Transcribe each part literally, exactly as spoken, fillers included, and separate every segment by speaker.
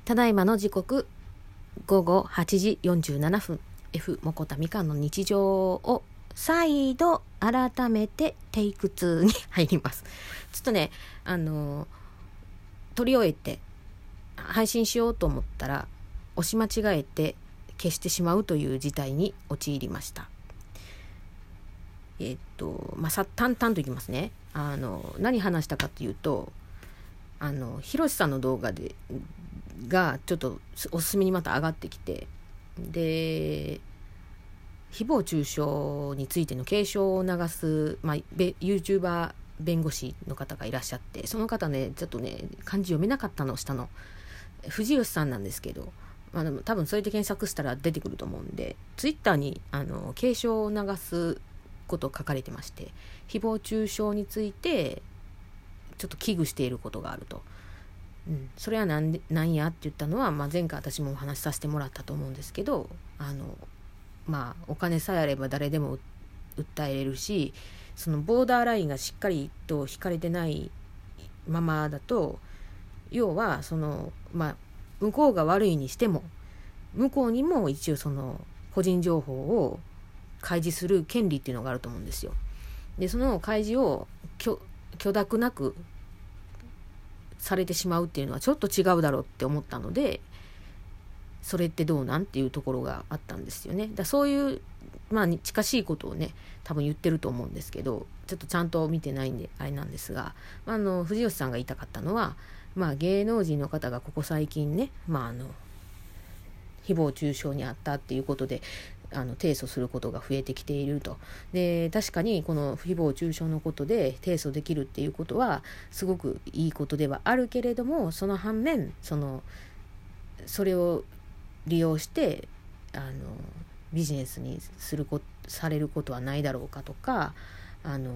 Speaker 1: ただいまの時刻ごごはちじよんじゅうななふん、 F もこたみかんの日常を再度改めてテイクツーに入ります。ちょっとねあの撮り終えて配信しようと思ったら押し間違えて消してしまうという事態に陥りました。えっとまあさ淡々といきますね。あの何話したかというと、あのひろしさんの動画でがちょっとおすすめにまた上がってきて、で誹謗中傷についての警鐘を流す、まあ、YouTuber 弁護士の方がいらっしゃって、その方ねちょっとね漢字読めなかったの、下の藤吉さんなんですけど、まあ、でも多分それで検索したら出てくると思うんで、ツイッターにあの警鐘を流すことを書かれてまして、誹謗中傷についてちょっと危惧していることがあると。うん、それは何で何やって言ったのは、まあ、前回私もお話しさせてもらったと思うんですけど、あのまあお金さえあれば誰でも訴えれるし、そのボーダーラインがしっかりと引かれてないままだと、要はそのまあ向こうが悪いにしても向こうにも一応その個人情報を開示する権利っていうのがあると思うんですよ。でその開示を許諾なくされてしまうっていうのはちょっと違うだろうって思ったので、それってどうなんっていうところがあったんですよね。だそういうまあ近しいことをね多分言ってると思うんですけど、ちょっとちゃんと見てないんであれなんですが、あの藤吉さんが言いたかったのは、まあ芸能人の方がここ最近ね、まああの誹謗中傷にあったっていうことであの提訴することが増えてきていると。で確かにこの誹謗中傷のことで提訴できるっていうことはすごくいいことではあるけれども、その反面そのそれを利用してあのビジネスにするこされることはないだろうかとか、あの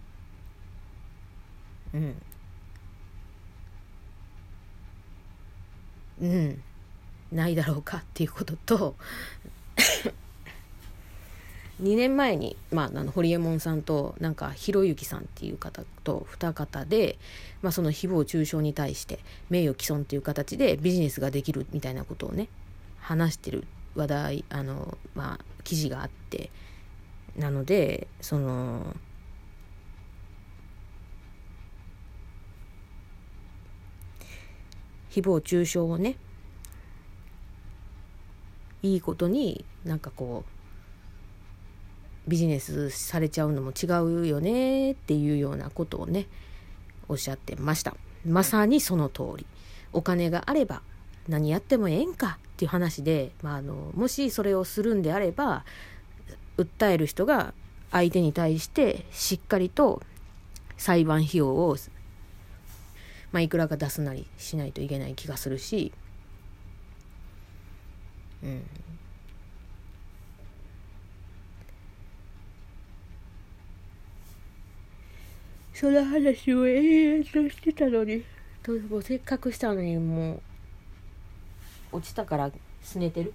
Speaker 1: うんうんないだろうかっていうこととにねんまえに、まあ、あのホリエモンさんとなんかひろゆきさんっていう方と二方で、まあ、その誹謗中傷に対して名誉毀損っていう形でビジネスができるみたいなことをね話してる話題あの、まあ、記事があって、なのでその誹謗中傷をねいいことになんかこうビジネスされちゃうのも違うよねっていうようなことをねおっしゃってました。まさにその通り、お金があれば何やってもええんかっていう話で、まあ、あのもしそれをするんであれば訴える人が相手に対してしっかりと裁判費用を、まあ、いくらか出すなりしないといけない気がするし、うんその話を延々としてたのに、もうせっかくしたのにもう落ちたからすねてる。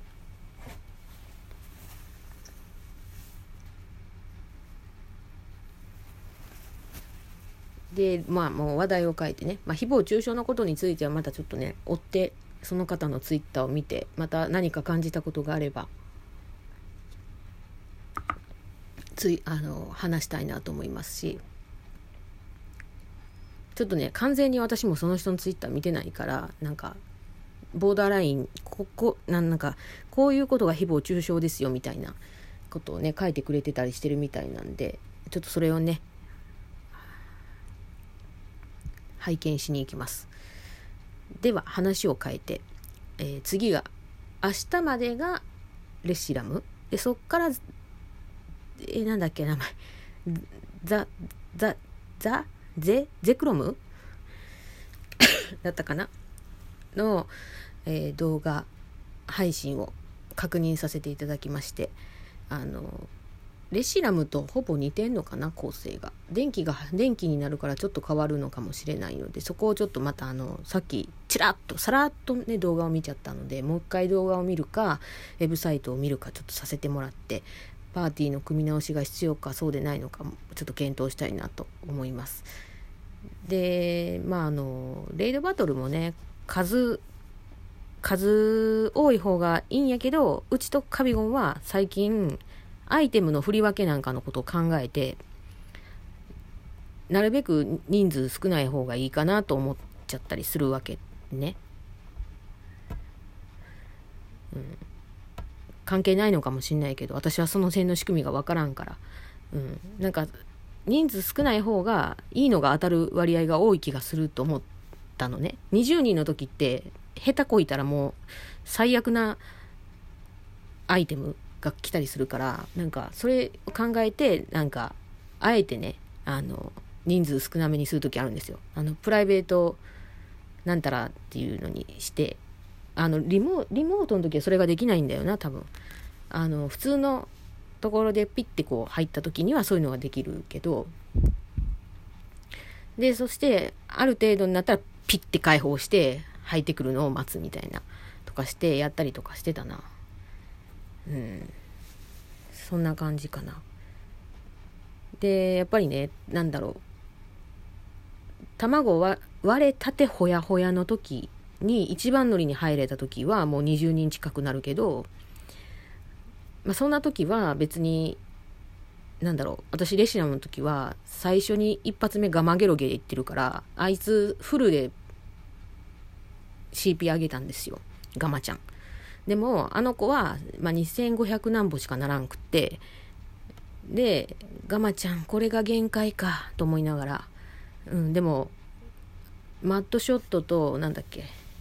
Speaker 1: でまあもう話題を変えてね、まあ、誹謗中傷のことについてはまたちょっとね追ってその方のツイッターを見て、また何か感じたことがあればついあの話したいなと思いますし、ちょっとね完全に私もその人のツイッター見てないから、なんかボーダーラインここなんかこういうことが誹謗中傷ですよみたいなことをね書いてくれてたりしてるみたいなんで、ちょっとそれをね拝見しに行きます。では話を変えて、えー、次が明日までがレシラムで、そっからえー、なんだっけ名前ザザザゼゼクロムだったかなの、えー、動画配信を確認させていただきまして、あのレシラムとほぼ似てんのかな、構成が電気が電気になるからちょっと変わるのかもしれないので、そこをちょっとまたあのさっきチラッとさらっとね動画を見ちゃったので、もう一回動画を見るかウェブサイトを見るかちょっとさせてもらって、パーティーの組み直しが必要かそうでないのかもちょっと検討したいなと思います。でまああのレイドバトルもね数数多い方がいいんやけど、うちとカビゴンは最近アイテムの振り分けなんかのことを考えて、なるべく人数少ない方がいいかなと思っちゃったりするわけね、うん、関係ないのかもしれないけど、私はその辺の仕組みがわからんから、うん、なんか人数少ない方がいいのが当たる割合が多い気がすると思ったのね。にじゅうにんの時って下手こいたらもう最悪なアイテムが来たりするから、なんかそれを考えて、なんかあえてね、あの人数少なめにする時あるんですよ。あのプライベートなんたらっていうのにして、あのリモリモートの時はそれができないんだよな、多分。あの普通のところでピッてこう入った時にはそういうのができるけど、でそしてある程度になったらピッて開放して入ってくるのを待つみたいなとかしてやったりとかしてたな。うん、そんな感じかな。でやっぱりね、なんだろう、卵は割れたてほやほやの時に一番乗りに入れた時はもうにじゅうにん近くなるけど、まあ、そんな時は別になんだろう、私レシナムの時は最初に一発目ガマゲロゲで行ってるから、あいつフルで シーピー 上げたんですよ、ガマちゃん。でもあの子は、まあ、にせんごひゃく何歩しかならんくって、でガマちゃんこれが限界かと思いながら、うん、でもマットショットとなんだっけ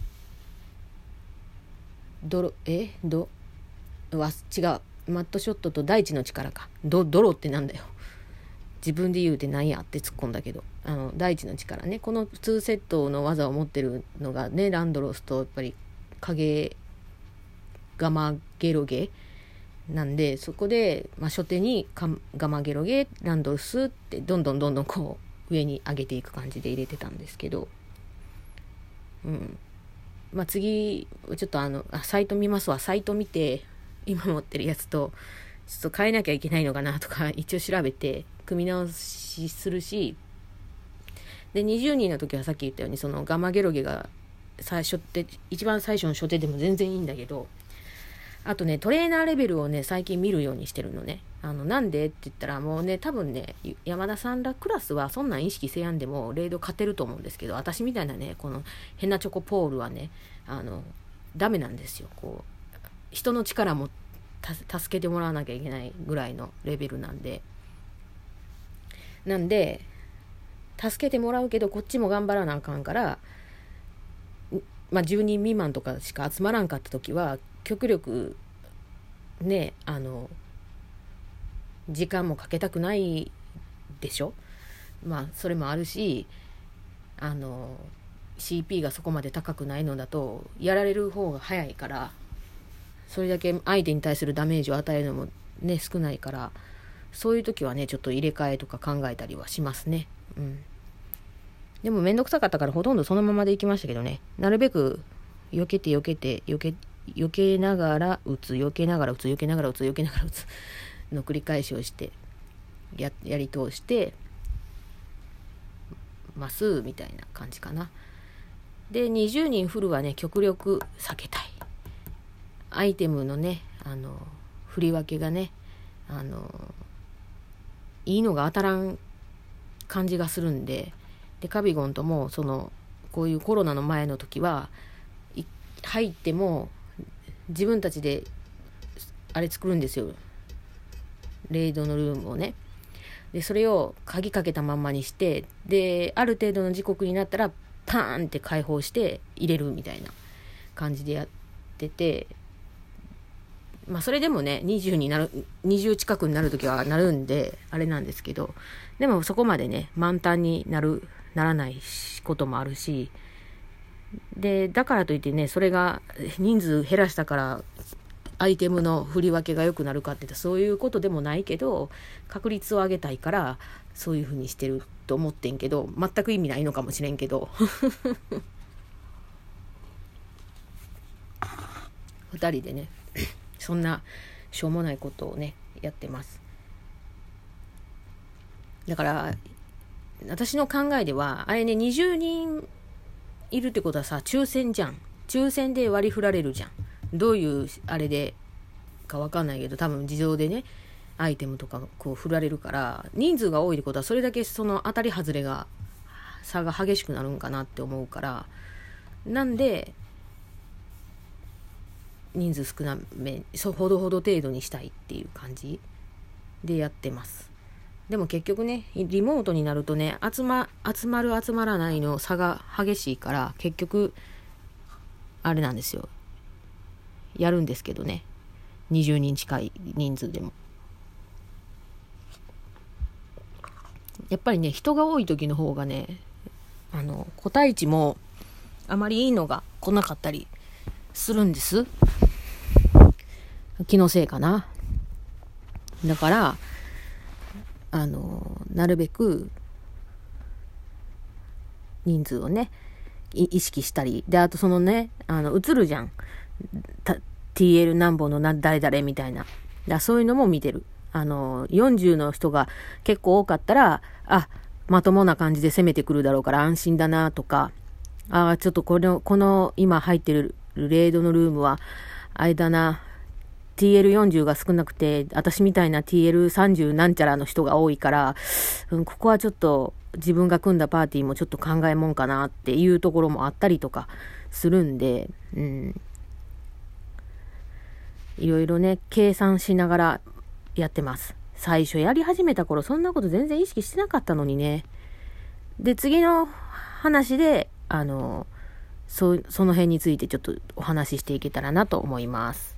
Speaker 1: ドロえドわ違うマットショットと大地の力か、ドドロってなんだよ、自分で言うてなんやって突っ込んだけど、あの大地の力ね、このにセットの技を持ってるのがね、ランドロスとやっぱり影ガマゲロゲなんで、そこで、まあ、初手にガマゲロゲランドロスってどんどんどんどんこう上に上げていく感じで入れてたんですけど、うんまあ、次ちょっとあのあサイト見ますわ。サイト見て今持ってるやつとちょっと変えなきゃいけないのかなとか一応調べて組み直しするし、でにじゅうにんの時はさっき言ったようにそのガマゲロゲが最初って一番最初の初手でも全然いいんだけど、あとねトレーナーレベルをね最近見るようにしてるのね。あのなんでって言ったら、もうね多分ね山田さんらクラスはそんなん意識せやんでもレイド勝てると思うんですけど、私みたいなねこの変なチョコポールはねあのダメなんですよ。こう人の力も助けてもらわなきゃいけないぐらいのレベルなんでなんで助けてもらうけどこっちも頑張らなあかんから、まあじゅうにん未満とかしか集まらんかった時は極力ねあの時間もかけたくないでしょ。まあそれもあるし、あの シーピー がそこまで高くないのだとやられる方が早いから、それだけ相手に対するダメージを与えるのもね少ないから、そういう時はねちょっと入れ替えとか考えたりはしますね。うん。でもめんどくさかったからほとんどそのままでいきましたけどね。なるべく避けて避けて避け避けながら打つ避けながら打つ避けながら打つ避けながら打つの繰り返しをしてややり通してますみたいな感じかな。でにじゅうにんフルはね極力避けたい。アイテムのねあの振り分けがねあのいいのが当たらん感じがするんで、でカビゴンともそのこういうコロナの前の時は入っても自分たちであれ作るんですよ、レイドのルームをね。でそれを鍵かけたまんまにして、である程度の時刻になったらパーンって開放して入れるみたいな感じでやってて、まあそれでもねにじゅうになるにじゅう近くになるときはなるんであれなんですけど、でもそこまでね満タンになるならないこともあるし、でだからといってねそれが人数減らしたからアイテムの振り分けが良くなるかって言ったらそういうことでもないけど、確率を上げたいからそういう風にしてると思ってんけど、全く意味ないのかもしれんけどふたりでねそんなしょうもないことをねやってます。だから私の考えではあれねにじゅうにんいるってことはさ抽選じゃん。 抽選で割り振られるじゃん。どういうあれでか分かんないけど、多分自動でねアイテムとかこう振られるから、人数が多いってことはそれだけその当たり外れが差が激しくなるんかなって思うから、なんで人数少なめ、そうほどほど程度にしたいっていう感じでやってます。でも結局ね、リモートになるとね、集ま集まる集まらないの差が激しいから、結局あれなんですよ、やるんですけどね、にじゅうにん近い人数でもやっぱりね、人が多い時の方がね、あの個体値もあまりいいのが来なかったりするんです。気のせいかな。だからあのなるべく人数をね意識したりで、あとそのね、あの映るじゃん、ティーエル なんぼの誰々みたいな、だそういうのも見てる。あのよんじゅうの人が結構多かったら、あ、まともな感じで攻めてくるだろうから安心だなとか、あ、ちょっとこのこの今入ってるレイドのルームはあれだな、 ティーエルよんじゅう が少なくて私みたいな ティーエルさんじゅう なんちゃらの人が多いから、うん、ここはちょっと自分が組んだパーティーもちょっと考えもんかなっていうところもあったりとかするんで、うん、いろいろね計算しながらやってます。最初やり始めた頃そんなこと全然意識してなかったのにね。で次の話であのそその辺についてちょっとお話ししていけたらなと思います。